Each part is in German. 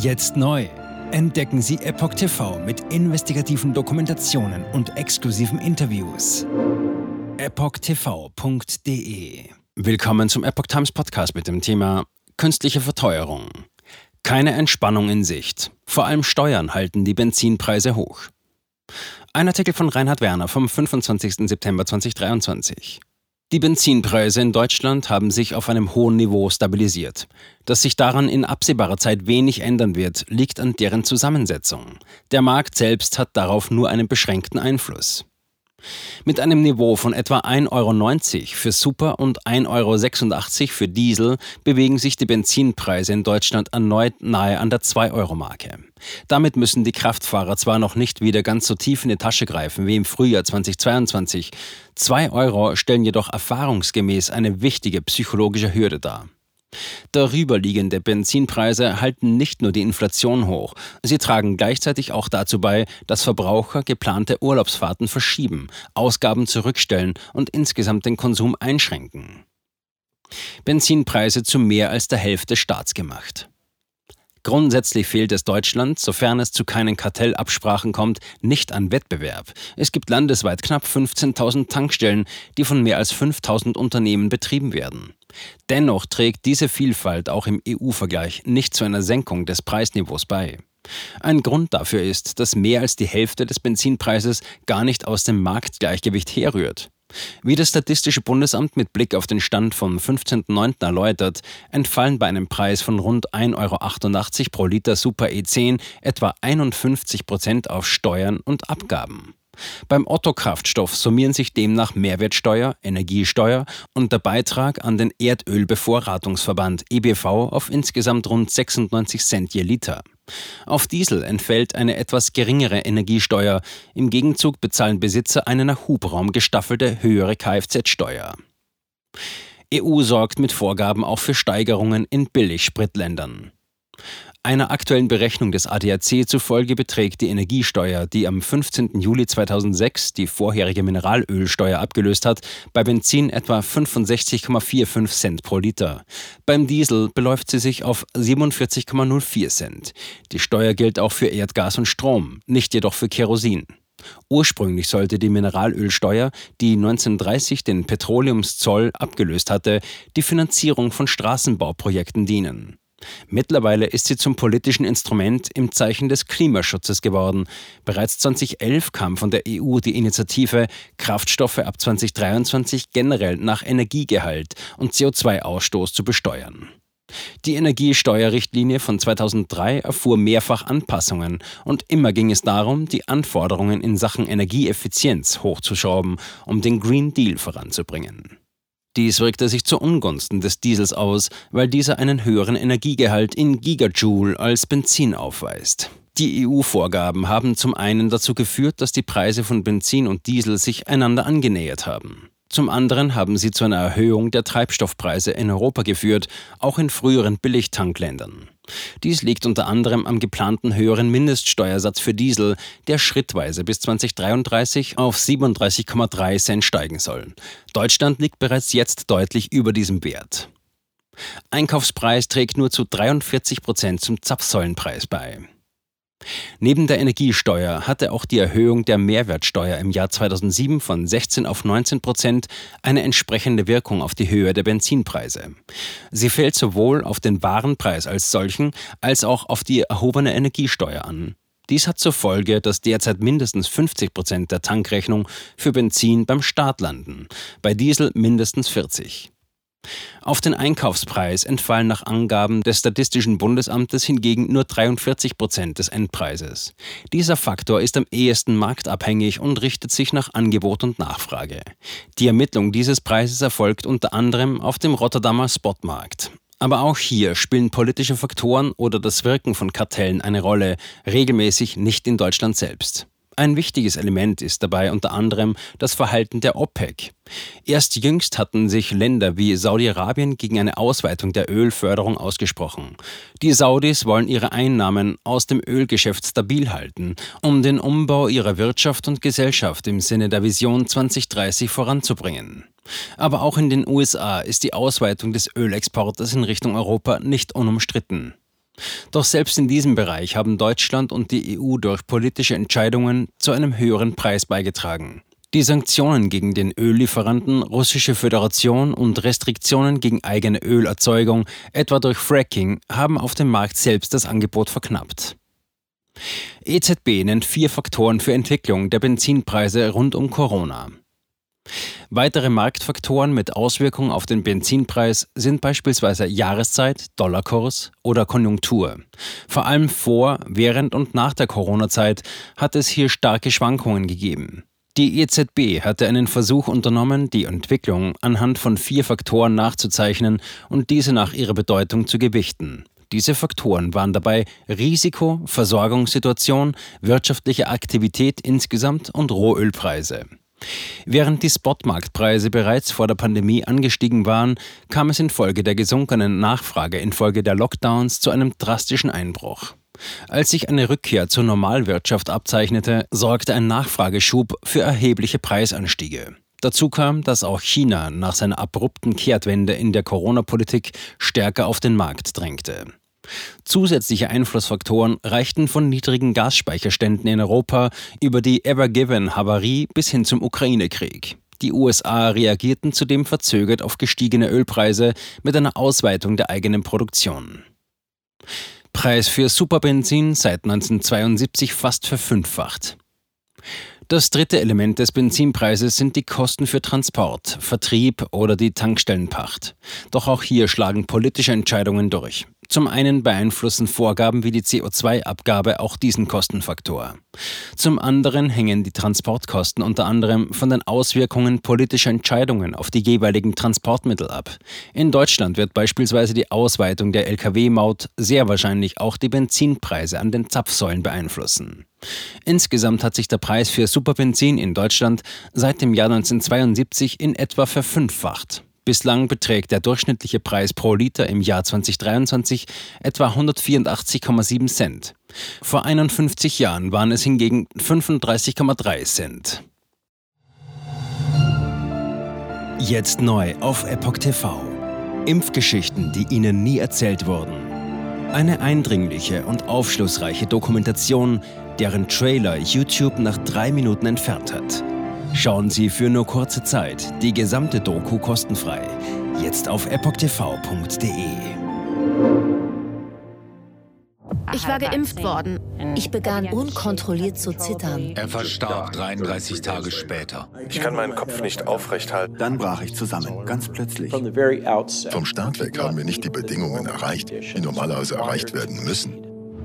Jetzt neu. Entdecken Sie Epoch TV mit investigativen Dokumentationen und exklusiven Interviews. EpochTV.de. Willkommen zum Epoch Times Podcast mit dem Thema Künstliche Verteuerung. Keine Entspannung in Sicht. Vor allem Steuern halten die Benzinpreise hoch. Ein Artikel von Reinhard Werner vom 25. September 2023. Die Benzinpreise in Deutschland haben sich auf einem hohen Niveau stabilisiert. Dass sich daran in absehbarer Zeit wenig ändern wird, liegt an deren Zusammensetzung. Der Markt selbst hat darauf nur einen beschränkten Einfluss. Mit einem Niveau von etwa 1,90 € für Super und 1,86 € für Diesel bewegen sich die Benzinpreise in Deutschland erneut nahe an der 2-Euro-Marke. Damit müssen die Kraftfahrer zwar noch nicht wieder ganz so tief in die Tasche greifen wie im Frühjahr 2022, 2 Euro stellen jedoch erfahrungsgemäß eine wichtige psychologische Hürde dar. Darüberliegende Benzinpreise halten nicht nur die Inflation hoch, sie tragen gleichzeitig auch dazu bei, dass Verbraucher geplante Urlaubsfahrten verschieben, Ausgaben zurückstellen und insgesamt den Konsum einschränken. Benzinpreise zu mehr als der Hälfte staatsgemacht. Grundsätzlich fehlt es Deutschland, sofern es zu keinen Kartellabsprachen kommt, nicht an Wettbewerb. Es gibt landesweit knapp 15.000 Tankstellen, die von mehr als 5.000 Unternehmen betrieben werden. Dennoch trägt diese Vielfalt auch im EU-Vergleich nicht zu einer Senkung des Preisniveaus bei. Ein Grund dafür ist, dass mehr als die Hälfte des Benzinpreises gar nicht aus dem Marktgleichgewicht herrührt. Wie das Statistische Bundesamt mit Blick auf den Stand vom 15.09. erläutert, entfallen bei einem Preis von rund 1,88 € pro Liter Super E10 etwa 51% auf Steuern und Abgaben. Beim Otto-Kraftstoff summieren sich demnach Mehrwertsteuer, Energiesteuer und der Beitrag an den Erdölbevorratungsverband EBV auf insgesamt rund 96 Cent je Liter. Auf Diesel entfällt eine etwas geringere Energiesteuer. Im Gegenzug bezahlen Besitzer eine nach Hubraum gestaffelte höhere Kfz-Steuer. EU sorgt mit Vorgaben auch für Steigerungen in Billigspritländern. Einer aktuellen Berechnung des ADAC zufolge beträgt die Energiesteuer, die am 15. Juli 2006 die vorherige Mineralölsteuer abgelöst hat, bei Benzin etwa 65,45 Cent pro Liter. Beim Diesel beläuft sie sich auf 47,04 Cent. Die Steuer gilt auch für Erdgas und Strom, nicht jedoch für Kerosin. Ursprünglich sollte die Mineralölsteuer, die 1930 den Petroleumszoll abgelöst hatte, die Finanzierung von Straßenbauprojekten dienen. Mittlerweile ist sie zum politischen Instrument im Zeichen des Klimaschutzes geworden. Bereits 2011 kam von der EU die Initiative, Kraftstoffe ab 2023 generell nach Energiegehalt und CO2-Ausstoß zu besteuern. Die Energiesteuerrichtlinie von 2003 erfuhr mehrfach Anpassungen und immer ging es darum, die Anforderungen in Sachen Energieeffizienz hochzuschrauben, um den Green Deal voranzubringen. Dies wirkte sich zu Ungunsten des Diesels aus, weil dieser einen höheren Energiegehalt in Gigajoule als Benzin aufweist. Die EU-Vorgaben haben zum einen dazu geführt, dass die Preise von Benzin und Diesel sich einander angenähert haben. Zum anderen haben sie zu einer Erhöhung der Treibstoffpreise in Europa geführt, auch in früheren Billigtankländern. Dies liegt unter anderem am geplanten höheren Mindeststeuersatz für Diesel, der schrittweise bis 2033 auf 37,3 Cent steigen soll. Deutschland liegt bereits jetzt deutlich über diesem Wert. Einkaufspreis trägt nur zu 43% zum Zapfsäulenpreis bei. Neben der Energiesteuer hatte auch die Erhöhung der Mehrwertsteuer im Jahr 2007 von 16 auf 19% eine entsprechende Wirkung auf die Höhe der Benzinpreise. Sie fällt sowohl auf den Warenpreis als solchen als auch auf die erhobene Energiesteuer an. Dies hat zur Folge, dass derzeit mindestens 50% der Tankrechnung für Benzin beim Staat landen, bei Diesel mindestens 40%. Auf den Einkaufspreis entfallen nach Angaben des Statistischen Bundesamtes hingegen nur 43% des Endpreises. Dieser Faktor ist am ehesten marktabhängig und richtet sich nach Angebot und Nachfrage. Die Ermittlung dieses Preises erfolgt unter anderem auf dem Rotterdamer Spotmarkt. Aber auch hier spielen politische Faktoren oder das Wirken von Kartellen eine Rolle, regelmäßig nicht in Deutschland selbst. Ein wichtiges Element ist dabei unter anderem das Verhalten der OPEC. Erst jüngst hatten sich Länder wie Saudi-Arabien gegen eine Ausweitung der Ölförderung ausgesprochen. Die Saudis wollen ihre Einnahmen aus dem Ölgeschäft stabil halten, um den Umbau ihrer Wirtschaft und Gesellschaft im Sinne der Vision 2030 voranzubringen. Aber auch in den USA ist die Ausweitung des Ölexportes in Richtung Europa nicht unumstritten. Doch selbst in diesem Bereich haben Deutschland und die EU durch politische Entscheidungen zu einem höheren Preis beigetragen. Die Sanktionen gegen den Öllieferanten Russische Föderation und Restriktionen gegen eigene Ölerzeugung, etwa durch Fracking, haben auf dem Markt selbst das Angebot verknappt. EZB nennt 4 Faktoren für Entwicklung der Benzinpreise rund um Corona. Weitere Marktfaktoren mit Auswirkungen auf den Benzinpreis sind beispielsweise Jahreszeit, Dollarkurs oder Konjunktur. Vor allem vor, während und nach der Corona-Zeit hat es hier starke Schwankungen gegeben. Die EZB hatte einen Versuch unternommen, die Entwicklung anhand von 4 Faktoren nachzuzeichnen und diese nach ihrer Bedeutung zu gewichten. Diese Faktoren waren dabei Risiko, Versorgungssituation, wirtschaftliche Aktivität insgesamt und Rohölpreise. Während die Spotmarktpreise bereits vor der Pandemie angestiegen waren, kam es infolge der gesunkenen Nachfrage infolge der Lockdowns zu einem drastischen Einbruch. Als sich eine Rückkehr zur Normalwirtschaft abzeichnete, sorgte ein Nachfrageschub für erhebliche Preisanstiege. Dazu kam, dass auch China nach seiner abrupten Kehrtwende in der Corona-Politik stärker auf den Markt drängte. Zusätzliche Einflussfaktoren reichten von niedrigen Gasspeicherständen in Europa über die Ever Given-Havarie bis hin zum Ukraine-Krieg. Die USA reagierten zudem verzögert auf gestiegene Ölpreise mit einer Ausweitung der eigenen Produktion. Preis für Superbenzin seit 1972 fast verfünffacht. Das dritte Element des Benzinpreises sind die Kosten für Transport, Vertrieb oder die Tankstellenpacht. Doch auch hier schlagen politische Entscheidungen durch. Zum einen beeinflussen Vorgaben wie die CO2-Abgabe auch diesen Kostenfaktor. Zum anderen hängen die Transportkosten unter anderem von den Auswirkungen politischer Entscheidungen auf die jeweiligen Transportmittel ab. In Deutschland wird beispielsweise die Ausweitung der Lkw-Maut sehr wahrscheinlich auch die Benzinpreise an den Zapfsäulen beeinflussen. Insgesamt hat sich der Preis für Superbenzin in Deutschland seit dem Jahr 1972 in etwa verfünffacht. Bislang beträgt der durchschnittliche Preis pro Liter im Jahr 2023 etwa 184,7 Cent. Vor 51 Jahren waren es hingegen 35,3 Cent. Jetzt neu auf Epoch TV. Impfgeschichten, die Ihnen nie erzählt wurden. Eine eindringliche und aufschlussreiche Dokumentation, deren Trailer YouTube nach 3 Minuten entfernt hat. Schauen Sie für nur kurze Zeit die gesamte Doku kostenfrei. Jetzt auf epochtv.de. Ich war geimpft worden. Ich begann unkontrolliert zu zittern. Er verstarb 33 Tage später. Ich kann meinen Kopf nicht aufrecht halten. Dann brach ich zusammen, ganz plötzlich. Vom Start weg haben wir nicht die Bedingungen erreicht, die normalerweise erreicht werden müssen.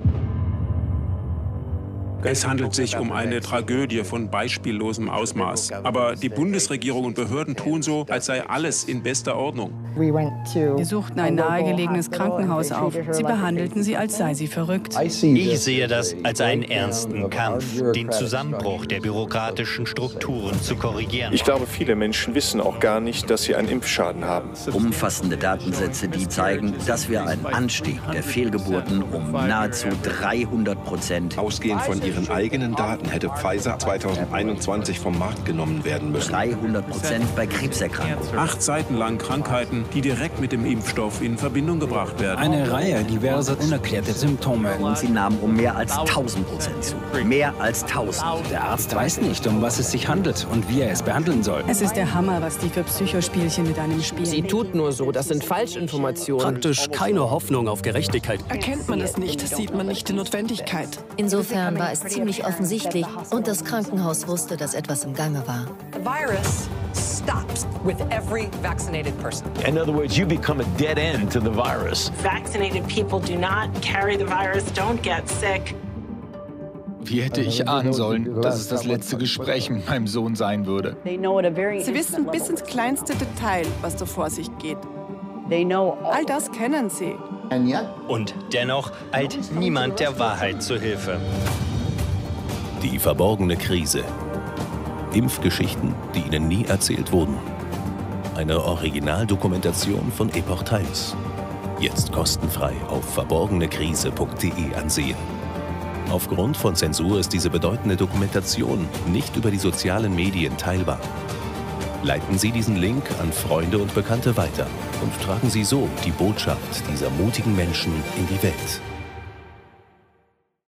Es handelt sich um eine Tragödie von beispiellosem Ausmaß. Aber die Bundesregierung und Behörden tun so, als sei alles in bester Ordnung. Wir suchten ein nahegelegenes Krankenhaus auf. Sie behandelten sie, als sei sie verrückt. Ich sehe das als einen ernsten Kampf, den Zusammenbruch der bürokratischen Strukturen zu korrigieren. Ich glaube, viele Menschen wissen auch gar nicht, dass sie einen Impfschaden haben. Umfassende Datensätze, die zeigen, dass wir einen Anstieg der Fehlgeburten um nahezu 300%. Ausgehend von ihren eigenen Daten hätte Pfizer 2021 vom Markt genommen werden müssen. 300% bei Krebserkrankungen. 8 Seiten lang Krankheiten, die direkt mit dem Impfstoff in Verbindung gebracht werden. Eine Reihe diverser unerklärter Symptome. Und sie nahmen um mehr als 1000% zu. Mehr als 1000. Der Arzt weiß nicht, um was es sich handelt und wie er es behandeln soll. Es ist der Hammer, was die für Psychospielchen mit einem spielen. Sie tut nur so, das sind Falschinformationen. Praktisch keine Hoffnung auf Gerechtigkeit. Erkennt man es nicht, sieht man nicht die Notwendigkeit. Insofern war es ziemlich offensichtlich und das Krankenhaus wusste, dass etwas im Gange war. The virus stops with every vaccinated person. In other words, you become a dead end to the virus. Vaccinated people do not carry the virus, don't get sick. Wie hätte ich ahnen sollen, dass es das letzte Gespräch mit meinem Sohn sein würde? Sie wissen bis ins kleinste Detail, was da vor sich geht. All das kennen sie. Und dennoch eilt niemand der Wahrheit zu Hilfe. Die verborgene Krise. Impfgeschichten, die Ihnen nie erzählt wurden. Eine Originaldokumentation von Epoch Times. Jetzt kostenfrei auf verborgenekrise.de ansehen. Aufgrund von Zensur ist diese bedeutende Dokumentation nicht über die sozialen Medien teilbar. Leiten Sie diesen Link an Freunde und Bekannte weiter und tragen Sie so die Botschaft dieser mutigen Menschen in die Welt.